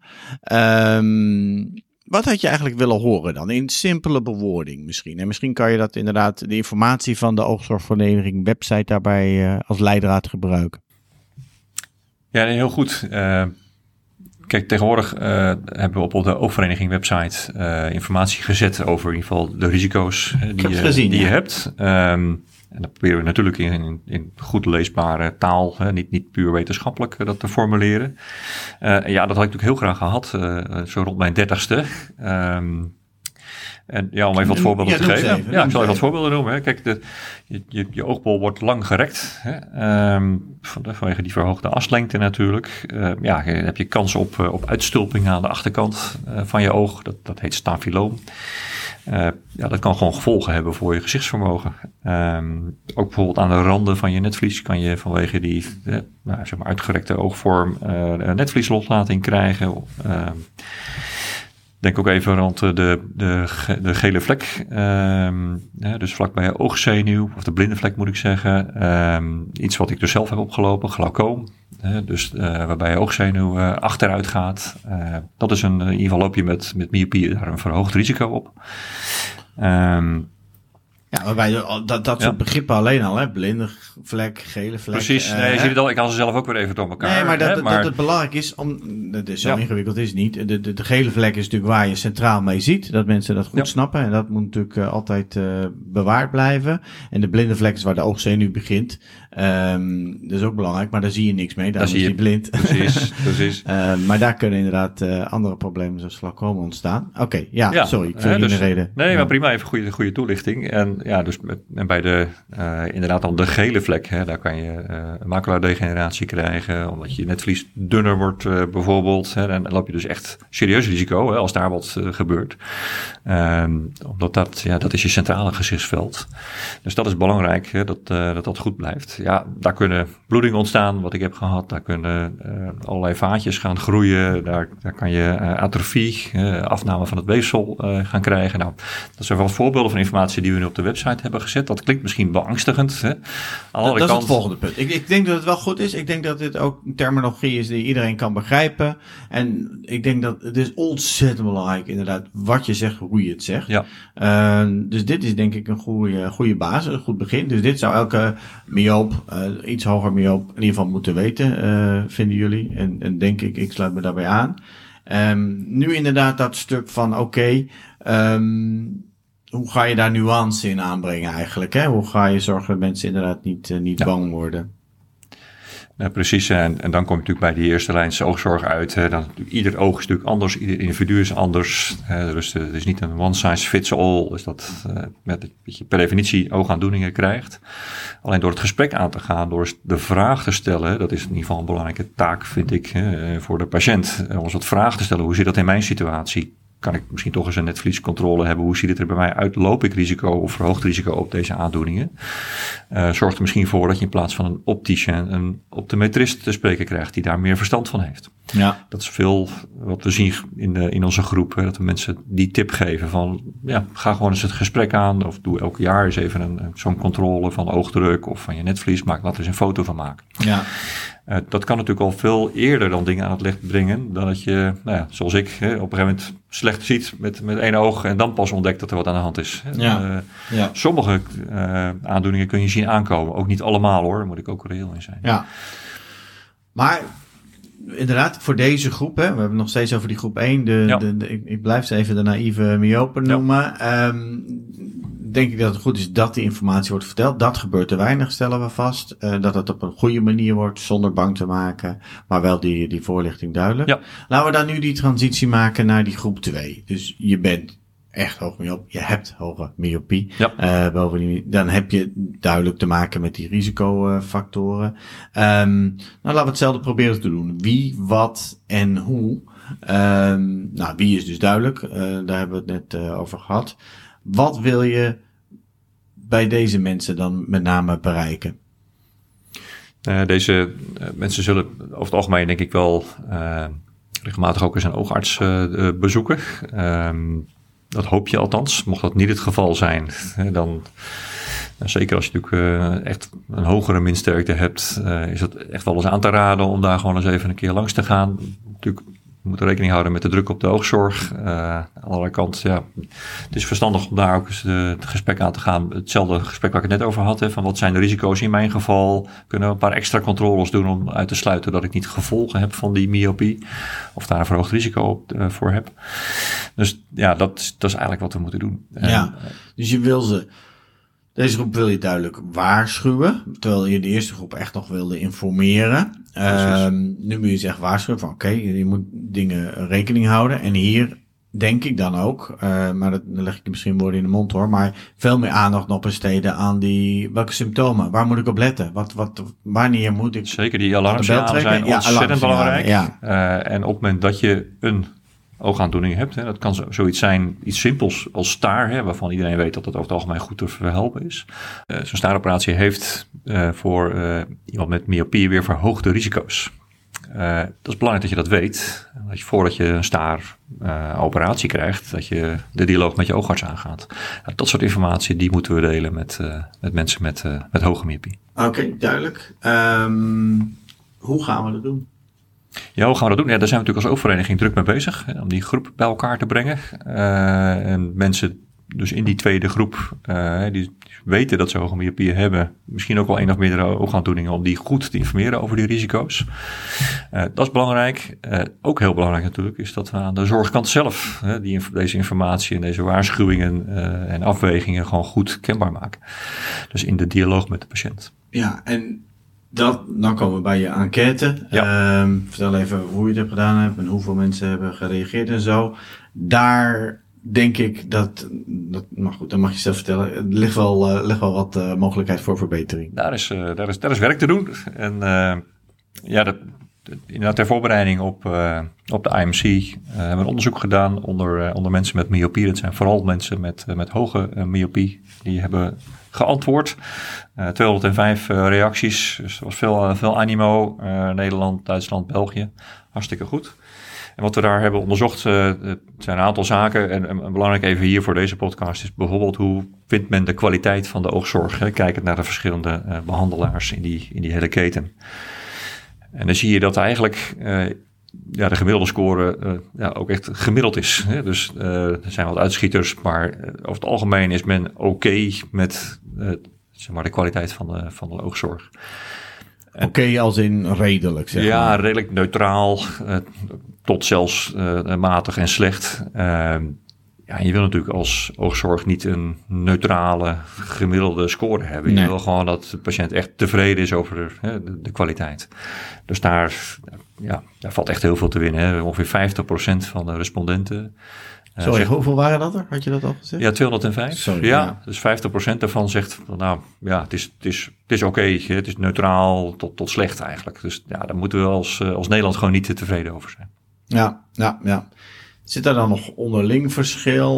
Wat had je eigenlijk willen horen dan? In simpele bewoording misschien. En misschien kan je dat inderdaad, de informatie van de oogzorgvereniging website daarbij als leidraad gebruiken. Ja, heel goed. Kijk, tegenwoordig hebben we op de oogvereniging website informatie gezet over in ieder geval de risico's die je hebt. En dat proberen we natuurlijk in goed leesbare taal, niet puur wetenschappelijk, dat te formuleren. Dat had ik natuurlijk heel graag gehad, zo rond mijn 30ste. En om even wat voorbeelden te geven. Ik zal even wat voorbeelden noemen. Hè. Kijk, je oogbol wordt lang gerekt. Vanwege die verhoogde aslengte natuurlijk. Heb je kans op uitstulping aan de achterkant van je oog. Dat heet stafiloom. Dat kan gewoon gevolgen hebben voor je gezichtsvermogen. Ook bijvoorbeeld aan de randen van je netvlies kan je vanwege die uitgerekte oogvorm netvlieslotlating krijgen. Denk ook even rond de gele vlek. Dus vlak bij je oogzenuw, of de blinde vlek moet ik zeggen. Iets wat ik dus zelf heb opgelopen, glaucoom. Dus waarbij je oogzenuw achteruit gaat. Dat is in ieder geval loop je met myopie daar een verhoogd risico op. Ja, waarbij dat soort begrippen alleen al, hè? Blinde vlek, gele vlek. Precies, je ziet het al, ik haal ze zelf ook weer even door elkaar. Nee, maar dat het belangrijk is, dat is zo ingewikkeld is het niet. De gele vlek is natuurlijk waar je centraal mee ziet, dat mensen dat goed snappen. En dat moet natuurlijk altijd bewaard blijven. En de blinde vlek is waar de oogzenuw begint. Dat is ook belangrijk, maar daar zie je niks mee. Daarom is die blind. Precies. Maar daar kunnen inderdaad andere problemen zoals glaucoom ontstaan. Oké, sorry, ik viel in de reden. Nee, maar prima, even goede toelichting. En ja, dus bij de inderdaad dan de gele vlek, hè, daar kan je maculadegeneratie krijgen, omdat je netvlies dunner wordt bijvoorbeeld. Hè, en dan loop je dus echt serieus risico, hè, als daar wat gebeurt. Omdat dat is je centrale gezichtsveld. Dus dat is belangrijk, hè, dat goed blijft. Ja, daar kunnen bloedingen ontstaan, wat ik heb gehad. Daar kunnen allerlei vaatjes gaan groeien. Daar kan je atrofie, afname van het weefsel gaan krijgen. Nou, dat zijn wel voorbeelden van informatie die we nu op de website hebben gezet. Dat klinkt misschien beangstigend. Hè? Dat is het volgende punt. Ik denk dat het wel goed is. Ik denk dat dit ook terminologie is die iedereen kan begrijpen. En ik denk dat het is ontzettend belangrijk inderdaad wat je zegt, hoe je het zegt. Ja. Dus dit is denk ik een goede basis, een goed begin. Dus dit zou elke myoop, iets hoger myoop in ieder geval moeten weten, vinden jullie. En denk ik sluit me daarbij aan. Nu inderdaad dat stuk van hoe ga je daar nuance in aanbrengen eigenlijk? Hè? Hoe ga je zorgen dat mensen inderdaad niet bang worden? Ja, precies, en dan kom je natuurlijk bij die eerste lijns oogzorg uit. Ieder oog is natuurlijk anders, ieder individu is anders. Dus het is niet een one size fits all. Dus dat je per definitie oogaandoeningen krijgt. Alleen door het gesprek aan te gaan, door de vraag te stellen, dat is in ieder geval een belangrijke taak, vind ik, voor de patiënt. Om eens wat vragen te stellen, hoe zit dat in mijn situatie? Kan ik misschien toch eens een netvliescontrole hebben? Hoe ziet het er bij mij uit? Loop ik risico of verhoogd risico op deze aandoeningen? Zorgt er misschien voor dat je in plaats van een opticien een optometrist te spreken krijgt die daar meer verstand van heeft. Ja. Dat is veel wat we zien in onze groep. Dat we mensen die tip geven van ga gewoon eens het gesprek aan. Of doe elk jaar eens even zo'n controle van oogdruk of van je netvlies. Laat er eens een foto van maken. Ja. Dat kan natuurlijk al veel eerder dan dingen aan het licht brengen. Dan dat je, zoals ik, op een gegeven moment slecht ziet met één oog en dan pas ontdekt dat er wat aan de hand is. Sommige aandoeningen kun je zien aankomen. Ook niet allemaal hoor, daar moet ik ook reëel in zijn. Ja. Maar inderdaad, voor deze groep, hè, we hebben het nog steeds over die groep 1. Ik blijf ze even de naïeve myopen noemen. Denk ik dat het goed is dat die informatie wordt verteld. Dat gebeurt te weinig, stellen we vast. Dat het op een goede manier wordt, zonder bang te maken. Maar wel die voorlichting duidelijk. Ja. Laten we dan nu die transitie maken naar die groep 2. Dus je bent echt hoog myoop. Je hebt hoge myopie. Ja. Dan heb je duidelijk te maken met die risicofactoren. Nou, laten we hetzelfde proberen te doen. Wie, wat en hoe. Wie is dus duidelijk. Daar hebben we het net over gehad. Wat wil je bij deze mensen dan met name bereiken? Deze mensen zullen over het algemeen denk ik wel regelmatig ook eens een oogarts bezoeken. Dat hoop je althans. Mocht dat niet het geval zijn, dan zeker als je natuurlijk echt een hogere minsterkte hebt, is het echt wel eens aan te raden om daar gewoon eens even een keer langs te gaan. Natuurlijk, we moeten rekening houden met de druk op de oogzorg. Aan de andere kant, het is verstandig om daar ook eens het gesprek aan te gaan. Hetzelfde gesprek waar ik het net over had, van wat zijn de risico's in mijn geval? Kunnen we een paar extra controles doen om uit te sluiten dat ik niet gevolgen heb van die myopie? Of daar een verhoogd risico voor heb. Dus dat is eigenlijk wat we moeten doen. Dus je wil deze groep wil je duidelijk waarschuwen, terwijl je de eerste groep echt nog wilde informeren. Nu moet je zeggen waarschuwen van je moet dingen rekening houden. En hier denk ik dan ook, maar dan leg ik je misschien woorden in de mond hoor, maar veel meer aandacht nog besteden aan welke symptomen, waar moet ik op letten? Wanneer moet ik... Zeker, die alarmsignalen zijn ontzettend belangrijk. Ja. En op het moment dat je een oogaandoening hebt, dat kan zoiets zijn, iets simpels als staar, waarvan iedereen weet dat dat over het algemeen goed te verhelpen is. Zo'n staaroperatie heeft voor iemand met myopie weer verhoogde risico's. Dat is belangrijk dat je dat weet. Dat je voordat je een staaroperatie krijgt, dat je de dialoog met je oogarts aangaat. Dat soort informatie, die moeten we delen met mensen met hoge myopie. Oké, duidelijk. Hoe gaan we dat doen? Ja, hoe gaan we dat doen? Daar zijn we natuurlijk als oogvereniging druk mee bezig. Om die groep bij elkaar te brengen. En mensen dus in die tweede groep, die weten dat ze hoge myopie hebben, misschien ook wel één of meerdere oogaandoeningen, om die goed te informeren over die risico's. Dat is belangrijk. Ook heel belangrijk natuurlijk is dat we aan de zorgkant zelf deze informatie en deze waarschuwingen en afwegingen gewoon goed kenbaar maken. Dus in de dialoog met de patiënt. Ja, en dan komen we bij je enquête. Ja. Vertel even hoe je het hebt gedaan hebt en hoeveel mensen hebben gereageerd en zo. Daar denk ik dat maar goed, dan mag je zelf vertellen. Er ligt wel wat mogelijkheid voor verbetering. Daar is werk te doen. En inderdaad ter voorbereiding op de IMC hebben we een onderzoek gedaan onder mensen met myopie. Dat zijn vooral mensen met hoge myopie. Die hebben geantwoord. 205 reacties. Dus er was veel animo. Nederland, Duitsland, België. Hartstikke goed. En wat we daar hebben onderzocht, het zijn een aantal zaken. En belangrijk even hier voor deze podcast is bijvoorbeeld hoe vindt men de kwaliteit van de oogzorg. Kijkend naar de verschillende behandelaars in die hele keten. En dan zie je dat eigenlijk de gemiddelde score ook echt gemiddeld is. Dus er zijn wat uitschieters, maar over het algemeen is men oké met de kwaliteit van de oogzorg. Oké, als in redelijk, zeg maar. Ja, redelijk neutraal, tot zelfs matig en slecht. En je wil natuurlijk als oogzorg niet een neutrale, gemiddelde score hebben. Je wil gewoon dat de patiënt echt tevreden is over de kwaliteit. Dus daar valt echt heel veel te winnen. Hè. Ongeveer 50% van de respondenten. Sorry, hoeveel waren dat er? Had je dat al gezegd? Ja, 205. Sorry, ja, dus 50% daarvan zegt, het is oké, het is neutraal tot slecht eigenlijk. Dus ja, daar moeten we als Nederland gewoon niet tevreden over zijn. Ja. Zit daar dan nog onderling verschil?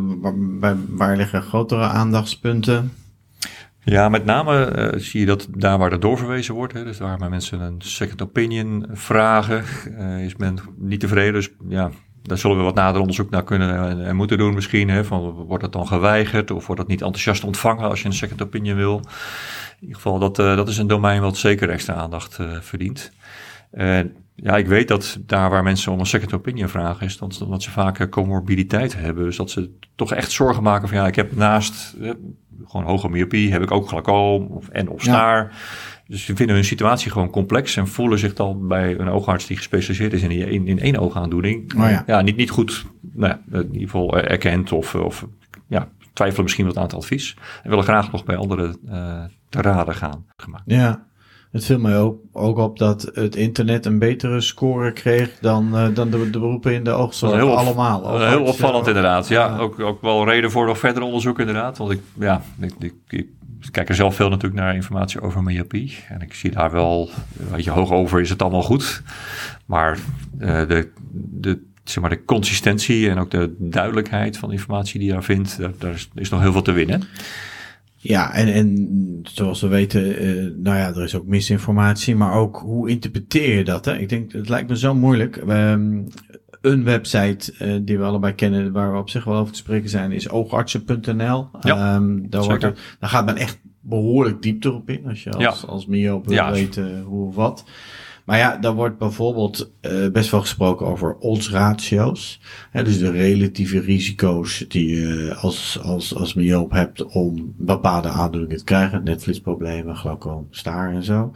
Waar liggen grotere aandachtspunten? Ja, met name zie je dat daar waar er doorverwezen wordt, dus waar mensen een second opinion vragen, is men niet tevreden. Dus ja, daar zullen we wat nader onderzoek naar kunnen en moeten doen misschien. Van, wordt dat dan geweigerd of wordt dat niet enthousiast ontvangen als je een second opinion wil? In ieder geval, dat is een domein wat zeker extra aandacht verdient. Ja, ik weet dat daar waar mensen om een second opinion vragen is dat ze vaak comorbiditeit hebben. Dus dat ze toch echt zorgen maken van ik heb naast gewoon hoge myopie, heb ik ook glaucoom of snaar. Ja. Dus ze vinden hun situatie gewoon complex en voelen zich dan bij een oogarts die gespecialiseerd is in één oogaandoening. Niet goed in ieder geval erkend of twijfelen misschien wat aan het advies. En willen graag nog bij anderen te raden gaan. Ja. Het viel mij ook op dat het internet een betere score kreeg dan de beroepen in de oogzorg allemaal. Heel opvallend inderdaad. Ja, ook wel reden voor nog verder onderzoek inderdaad. Want ik kijk er zelf veel natuurlijk naar informatie over myopie. En ik zie daar wel, hoog over is het allemaal goed. Maar de consistentie en ook de duidelijkheid van de informatie die je daar vindt, daar is nog heel veel te winnen. Ja, en zoals we weten, er is ook misinformatie, maar ook hoe interpreteer je dat? Hè? Ik denk, het lijkt me zo moeilijk. Een website die we allebei kennen, waar we op zich wel over te spreken zijn, is oogartsen.nl. Ja, daar gaat men echt behoorlijk diep erop in, als je als myoop wil weten hoe of wat. Maar ja, daar wordt bijvoorbeeld best wel gesproken over odds-ratio's. Dus de relatieve risico's die je als myoop hebt om bepaalde aandoeningen te krijgen. Netvliesproblemen, glaucoom, staar en zo.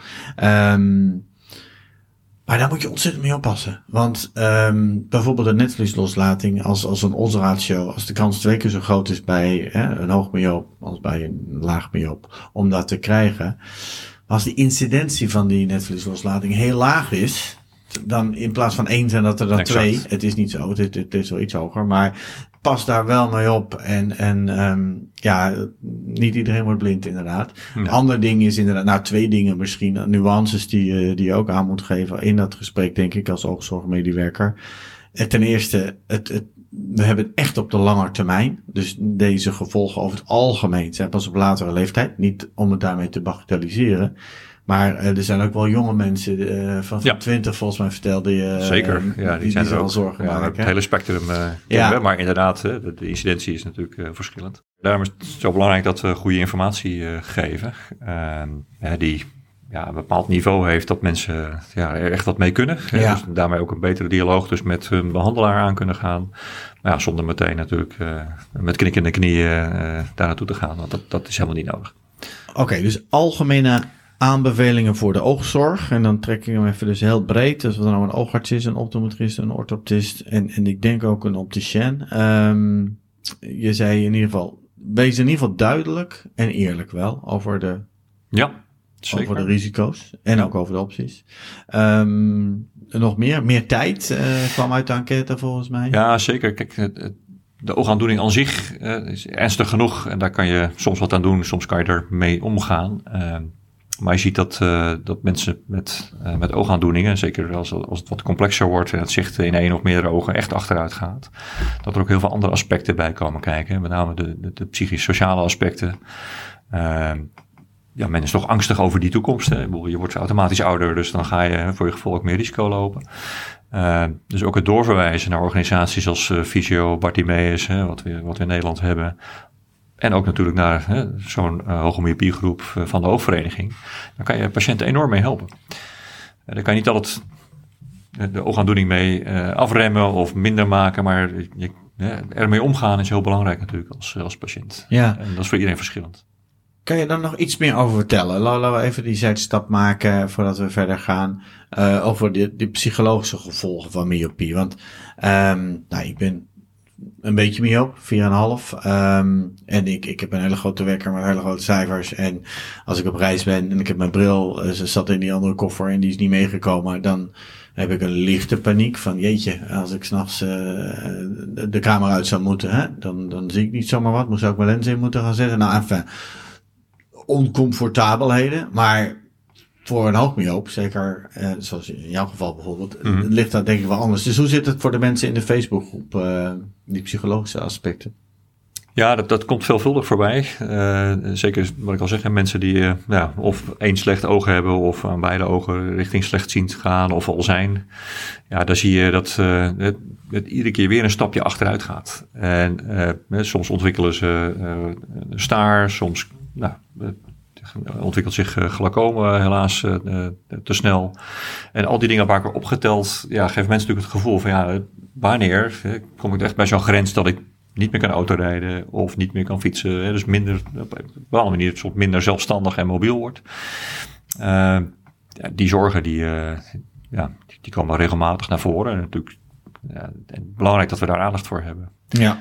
Maar daar moet je ontzettend mee oppassen. Want bijvoorbeeld een netvliesloslating als een odds-ratio, als de kans 2 keer zo groot is bij een hoog myoop als bij een laag myoop om dat te krijgen. Als de incidentie van die netvliesloslating heel laag is, dan in plaats van 1 zijn dat er dan 2. Het is niet zo, het is wel iets hoger, maar pas daar wel mee op. En niet iedereen wordt blind inderdaad. Ja. Ander ding is inderdaad, 2 dingen misschien, nuances die je ook aan moet geven in dat gesprek, denk ik, als oogzorgmedewerker. Ten eerste, we hebben het echt op de lange termijn. Dus deze gevolgen over het algemeen zijn pas op latere leeftijd. Niet om het daarmee te bagatelliseren. Maar er zijn ook wel jonge mensen van 20 volgens mij vertelde je. Zeker, die zijn er ook. Zorgen maken. Het hele spectrum maar inderdaad, de incidentie is natuurlijk verschillend. Daarom is het zo belangrijk dat we goede informatie geven. Die een bepaald niveau heeft dat mensen er echt wat mee kunnen. Ja. Dus daarmee ook een betere dialoog dus met hun behandelaar aan kunnen gaan. Maar ja, zonder meteen natuurlijk met knikkende knieën daar naartoe te gaan. Want dat is helemaal niet nodig. Oké, dus algemene aanbevelingen voor de oogzorg. En dan trek ik hem even dus heel breed. Dus of er nou een oogarts is, een optometrist, een orthoptist en ik denk ook een opticien. Je zei in ieder geval, wees in ieder geval duidelijk en eerlijk wel over de zeker. Over de risico's en ook over de opties. Nog meer tijd kwam uit de enquête volgens mij. Ja, zeker. Kijk, de oogaandoening aan zich is ernstig genoeg. En daar kan je soms wat aan doen. Soms kan je er mee omgaan. Maar je ziet dat mensen met oogaandoeningen, zeker als het wat complexer wordt en het zicht in 1 of meerdere ogen echt achteruit gaat, dat er ook heel veel andere aspecten bij komen kijken. Met name de psychisch-sociale aspecten. Men is toch angstig over die toekomst. Hè? Je wordt automatisch ouder, dus dan ga je voor je gevoel ook meer risico lopen. Dus ook het doorverwijzen naar organisaties als Visio, Bartimeus, wat we in Nederland hebben. En ook natuurlijk naar zo'n hoge myopiegroep van de oogvereniging. Dan kan je patiënten enorm mee helpen. Daar kan je niet altijd de oogaandoening mee afremmen of minder maken, maar ermee omgaan is heel belangrijk natuurlijk als patiënt. Ja. En dat is voor iedereen verschillend. Kan je daar nog iets meer over vertellen? Laten we even die zijstap maken voordat we verder gaan over die psychologische gevolgen van myopie. Want ik ben een beetje myoop, 4,5. En ik heb een hele grote wekker met hele grote cijfers. En als ik op reis ben en ik heb mijn bril, ze zat in die andere koffer en die is niet meegekomen, dan heb ik een lichte paniek van jeetje, als ik 's nachts de kamer uit zou moeten, dan zie ik niet zomaar wat. Moest ook mijn lens in moeten gaan zetten. Nou, even oncomfortabelheden, maar voor een hoogmyoop, zeker zoals in jouw geval bijvoorbeeld, ligt dat denk ik wel anders. Dus hoe zit het voor de mensen in de Facebookgroep, die psychologische aspecten? Ja, dat komt veelvuldig voorbij. Zeker wat ik al zeg, mensen die of 1 slecht oog hebben of aan beide ogen richting slechtziend gaan of al zijn. Ja, dan zie je dat het iedere keer weer een stapje achteruit gaat. En soms ontwikkelen ze staar, soms ontwikkelt zich glaucoom helaas te snel. En al die dingen bij elkaar opgeteld, geven mensen natuurlijk het gevoel van wanneer kom ik echt bij zo'n grens dat ik niet meer kan autorijden of niet meer kan fietsen. Dus minder, op een bepaalde manier soms minder zelfstandig en mobiel wordt. Die zorgen die komen regelmatig naar voren. En natuurlijk belangrijk dat we daar aandacht voor hebben. Ja.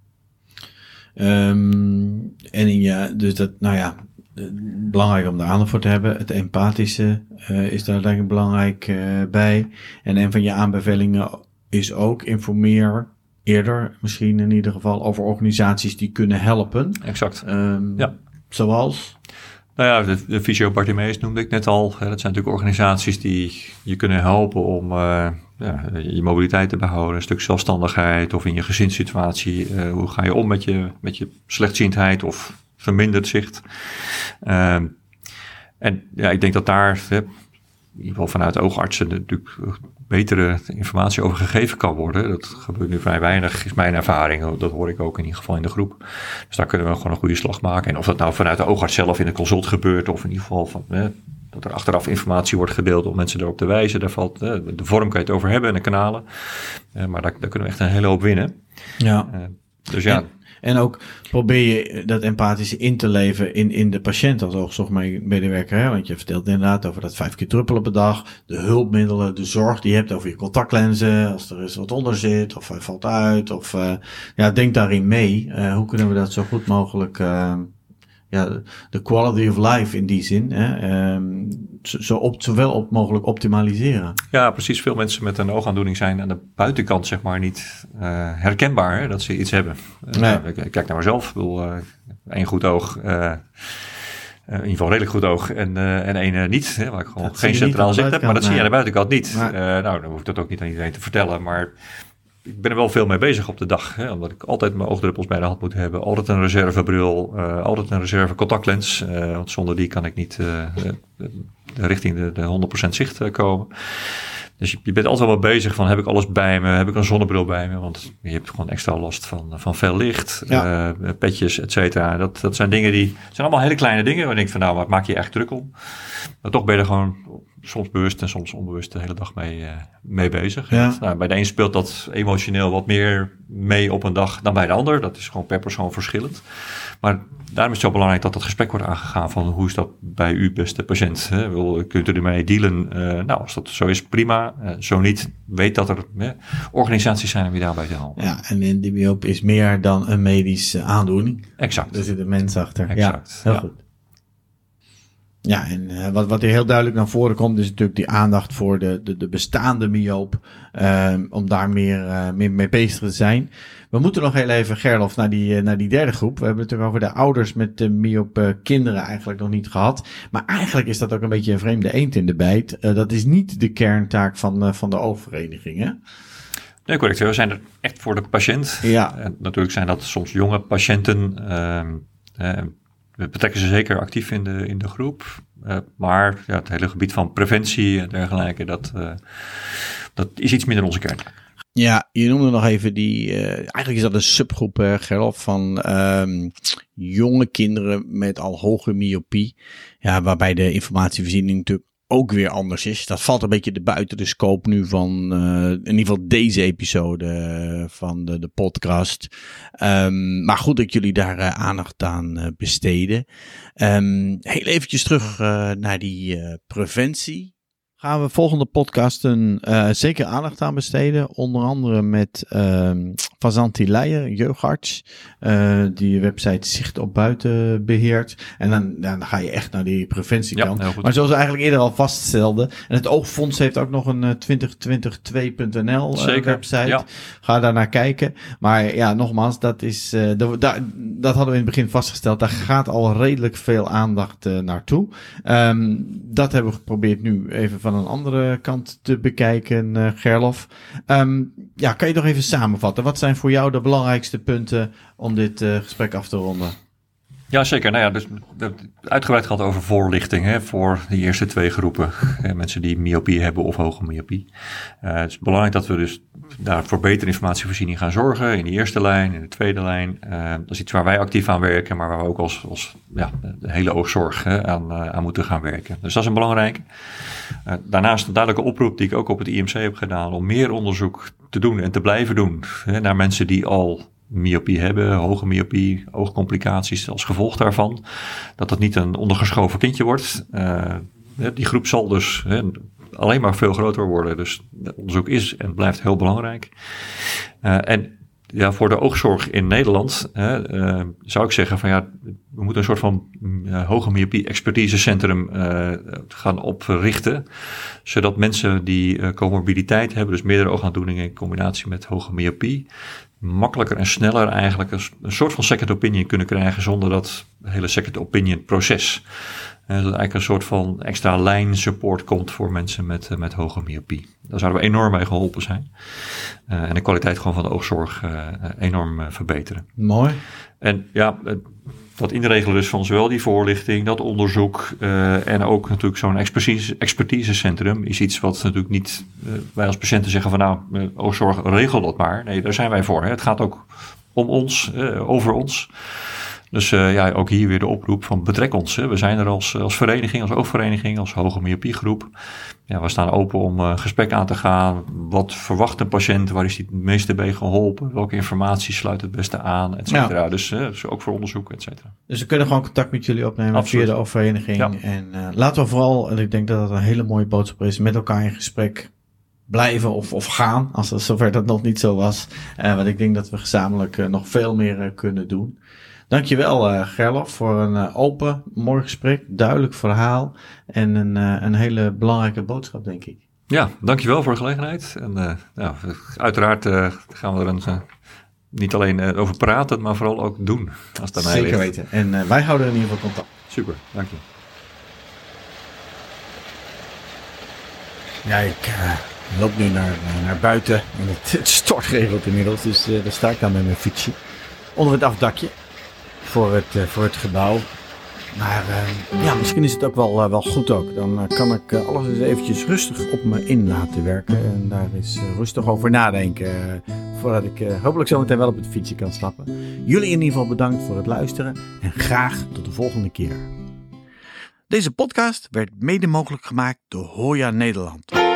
Dus dat, belangrijk om daar aandacht voor te hebben. Het empathische is daar denk ik belangrijk bij. En een van je aanbevelingen is ook informeer eerder, misschien in ieder geval, over organisaties die kunnen helpen. Exact. Zoals? Nou ja, de Visio Bartimeus noemde ik net al. Dat zijn natuurlijk organisaties die je kunnen helpen om je mobiliteit te behouden. Een stuk zelfstandigheid of in je gezinssituatie. Hoe ga je om met je slechtziendheid of verminderd zicht. Ik denk dat daar in ieder geval vanuit oogartsen natuurlijk betere informatie over gegeven kan worden. Dat gebeurt nu vrij weinig, is mijn ervaring. Dat hoor ik ook in ieder geval in de groep. Dus daar kunnen we gewoon een goede slag maken. En of dat nou vanuit de oogarts zelf in de consult gebeurt, of in ieder geval dat er achteraf informatie wordt gedeeld om mensen erop te wijzen. Daar valt de vorm kan je het over hebben en de kanalen. Maar daar kunnen we echt een hele hoop winnen. Ja. En ook probeer je dat empathische in te leven in de patiënt als oogzorgmedewerker. Hè? Want je vertelt inderdaad over dat 5 keer druppelen per dag. De hulpmiddelen, de zorg die je hebt over je contactlenzen. Als er eens wat onder zit of hij valt uit. Of denk daarin mee. Hoe kunnen we dat zo goed mogelijk de quality of life in die zin, zowel mogelijk optimaliseren. Ja, precies. Veel mensen met een oogaandoening zijn aan de buitenkant zeg maar niet herkenbaar dat ze iets hebben. Ik kijk naar mezelf. Ik bedoel, 1 goed oog, in ieder geval redelijk goed oog en 1 niet. Waar ik gewoon geen centraal zicht heb, maar dat zie je aan de buitenkant niet. Dan hoef ik dat ook niet aan iedereen te vertellen, maar ik ben er wel veel mee bezig op de dag. Omdat ik altijd mijn oogdruppels bij de hand moet hebben. Altijd een reservebril. Altijd een reserve contactlens. Want zonder die kan ik niet richting de 100% zicht komen. Dus je bent altijd wel bezig van, heb ik alles bij me? Heb ik een zonnebril bij me? Want je hebt gewoon extra last van veel licht, petjes, et cetera. Dat zijn dingen zijn allemaal hele kleine dingen. Waar je denkt van, nou, wat maak je echt druk om? Maar toch ben je er gewoon soms bewust en soms onbewust de hele dag mee bezig. Ja. Nou, bij de een speelt dat emotioneel wat meer mee op een dag dan bij de ander. Dat is gewoon per persoon verschillend. Maar daarom is het zo belangrijk dat gesprek wordt aangegaan van hoe is dat bij u beste patiënt? Hè? Kunt u ermee dealen? Nou, als dat zo is, prima. Zo niet, weet dat er organisaties zijn om je daarbij te helpen. Ja, en de myop is meer dan een medische aandoening. Exact. Er zit een mens achter. Exact. Ja, heel goed. Ja, en wat hier heel duidelijk naar voren komt, is natuurlijk die aandacht voor de bestaande myoop, om daar meer mee bezig te zijn. We moeten nog heel even, Gerlof, naar die derde groep. We hebben het natuurlijk over de ouders met de myope kinderen eigenlijk nog niet gehad. Maar eigenlijk is dat ook een beetje een vreemde eend in de bijt. Dat is niet de kerntaak van de oogvereniging, hè? Nee, correct. We zijn er echt voor de patiënt. Ja. En natuurlijk zijn dat soms jonge patiënten. We betrekken ze zeker actief in de groep. Maar het hele gebied van preventie en dergelijke, dat is iets minder onze kern. Ja, je noemde nog even eigenlijk is dat een subgroep, Gerlof, van jonge kinderen met al hoge myopie. Ja, waarbij de informatievoorziening natuurlijk ook weer anders is. Dat valt een beetje buiten de scope nu van in ieder geval deze episode van de podcast. Maar goed dat jullie daar aandacht aan besteden. Heel eventjes terug naar die preventie. Gaan we volgende podcasten zeker aandacht aan besteden. Onder andere met Fazanti Leijer, jeugdarts. Die website Zicht op Buiten beheert. En dan ga je echt naar die preventiekant. Ja, maar zoals we eigenlijk eerder al vaststelden. En het Oogfonds heeft ook nog een 2022.nl website. Ja. Ga daar naar kijken. Maar ja, nogmaals, dat is dat hadden we in het begin vastgesteld. Daar gaat al redelijk veel aandacht naartoe. Dat hebben we geprobeerd nu even van een andere kant te bekijken, Gerlof. Kan je nog even samenvatten? Wat zijn voor jou de belangrijkste punten om dit gesprek af te ronden? Ja, zeker. Nou ja, dus we hebben het uitgebreid gehad over voorlichting voor de eerste twee groepen. Mensen die myopie hebben of hoge myopie. Het is belangrijk dat we dus daar voor betere informatievoorziening gaan zorgen. In de eerste lijn, in de tweede lijn. Dat is iets waar wij actief aan werken, maar waar we ook als de hele oogzorg aan moeten gaan werken. Dus dat is een belangrijke. Daarnaast een duidelijke oproep die ik ook op het IMC heb gedaan om meer onderzoek te doen en te blijven doen naar mensen die al myopie hebben, hoge myopie, oogcomplicaties als gevolg daarvan. Dat niet een ondergeschoven kindje wordt. Die groep zal dus alleen maar veel groter worden. Dus onderzoek is en blijft heel belangrijk. En ja, voor de oogzorg in Nederland zou ik zeggen van we moeten een soort van hoge myopie expertisecentrum gaan oprichten. Zodat mensen die comorbiditeit hebben, dus meerdere oogaandoeningen in combinatie met hoge myopie, makkelijker en sneller eigenlijk een soort van second opinion kunnen krijgen zonder dat hele second opinion proces. Dat er eigenlijk een soort van extra lijn support komt voor mensen met hoge myopie. Daar zouden we enorm mee geholpen zijn. En de kwaliteit gewoon van de oogzorg enorm verbeteren. Mooi. En dat inregelen dus van zowel die voorlichting, dat onderzoek en ook natuurlijk zo'n expertisecentrum is iets wat natuurlijk niet wij als patiënten zeggen van oogzorg regel dat maar. Nee, daar zijn wij voor. Het gaat ook om ons, over ons. Dus ook hier weer de oproep van betrek ons. We zijn er als vereniging, als oogvereniging, als hoge myopiegroep. Ja, we staan open om gesprek aan te gaan. Wat verwacht een patiënt? Waar is hij het meeste bij geholpen? Welke informatie sluit het beste aan? Et cetera. Ja. Dus ook voor onderzoek, et cetera. Dus we kunnen gewoon contact met jullie opnemen. Absoluut. Via de oogvereniging. Ja. En laten we vooral, en ik denk dat dat een hele mooie boodschap is, met elkaar in gesprek blijven of gaan. Als dat zover dat nog niet zo was. Want ik denk dat we gezamenlijk nog veel meer kunnen doen. Dankjewel Gerlof voor een open, mooi gesprek, duidelijk verhaal en een hele belangrijke boodschap, denk ik. Ja, dankjewel voor de gelegenheid. En uiteraard gaan we er niet alleen over praten, maar vooral ook doen. Als dat zeker weten. En wij houden in ieder geval contact. Super, dank je. Ja, ik loop nu naar buiten. En het stortregelt inmiddels, dus daar sta ik dan met mijn fietsje onder het afdakje. Voor het gebouw. Maar misschien is het ook wel goed ook. Dan kan ik alles eens eventjes rustig op me in laten werken. En daar eens rustig over nadenken. Voordat ik hopelijk zo meteen wel op het fietsje kan stappen. Jullie in ieder geval bedankt voor het luisteren. En graag tot de volgende keer. Deze podcast werd mede mogelijk gemaakt door Hoya Nederland.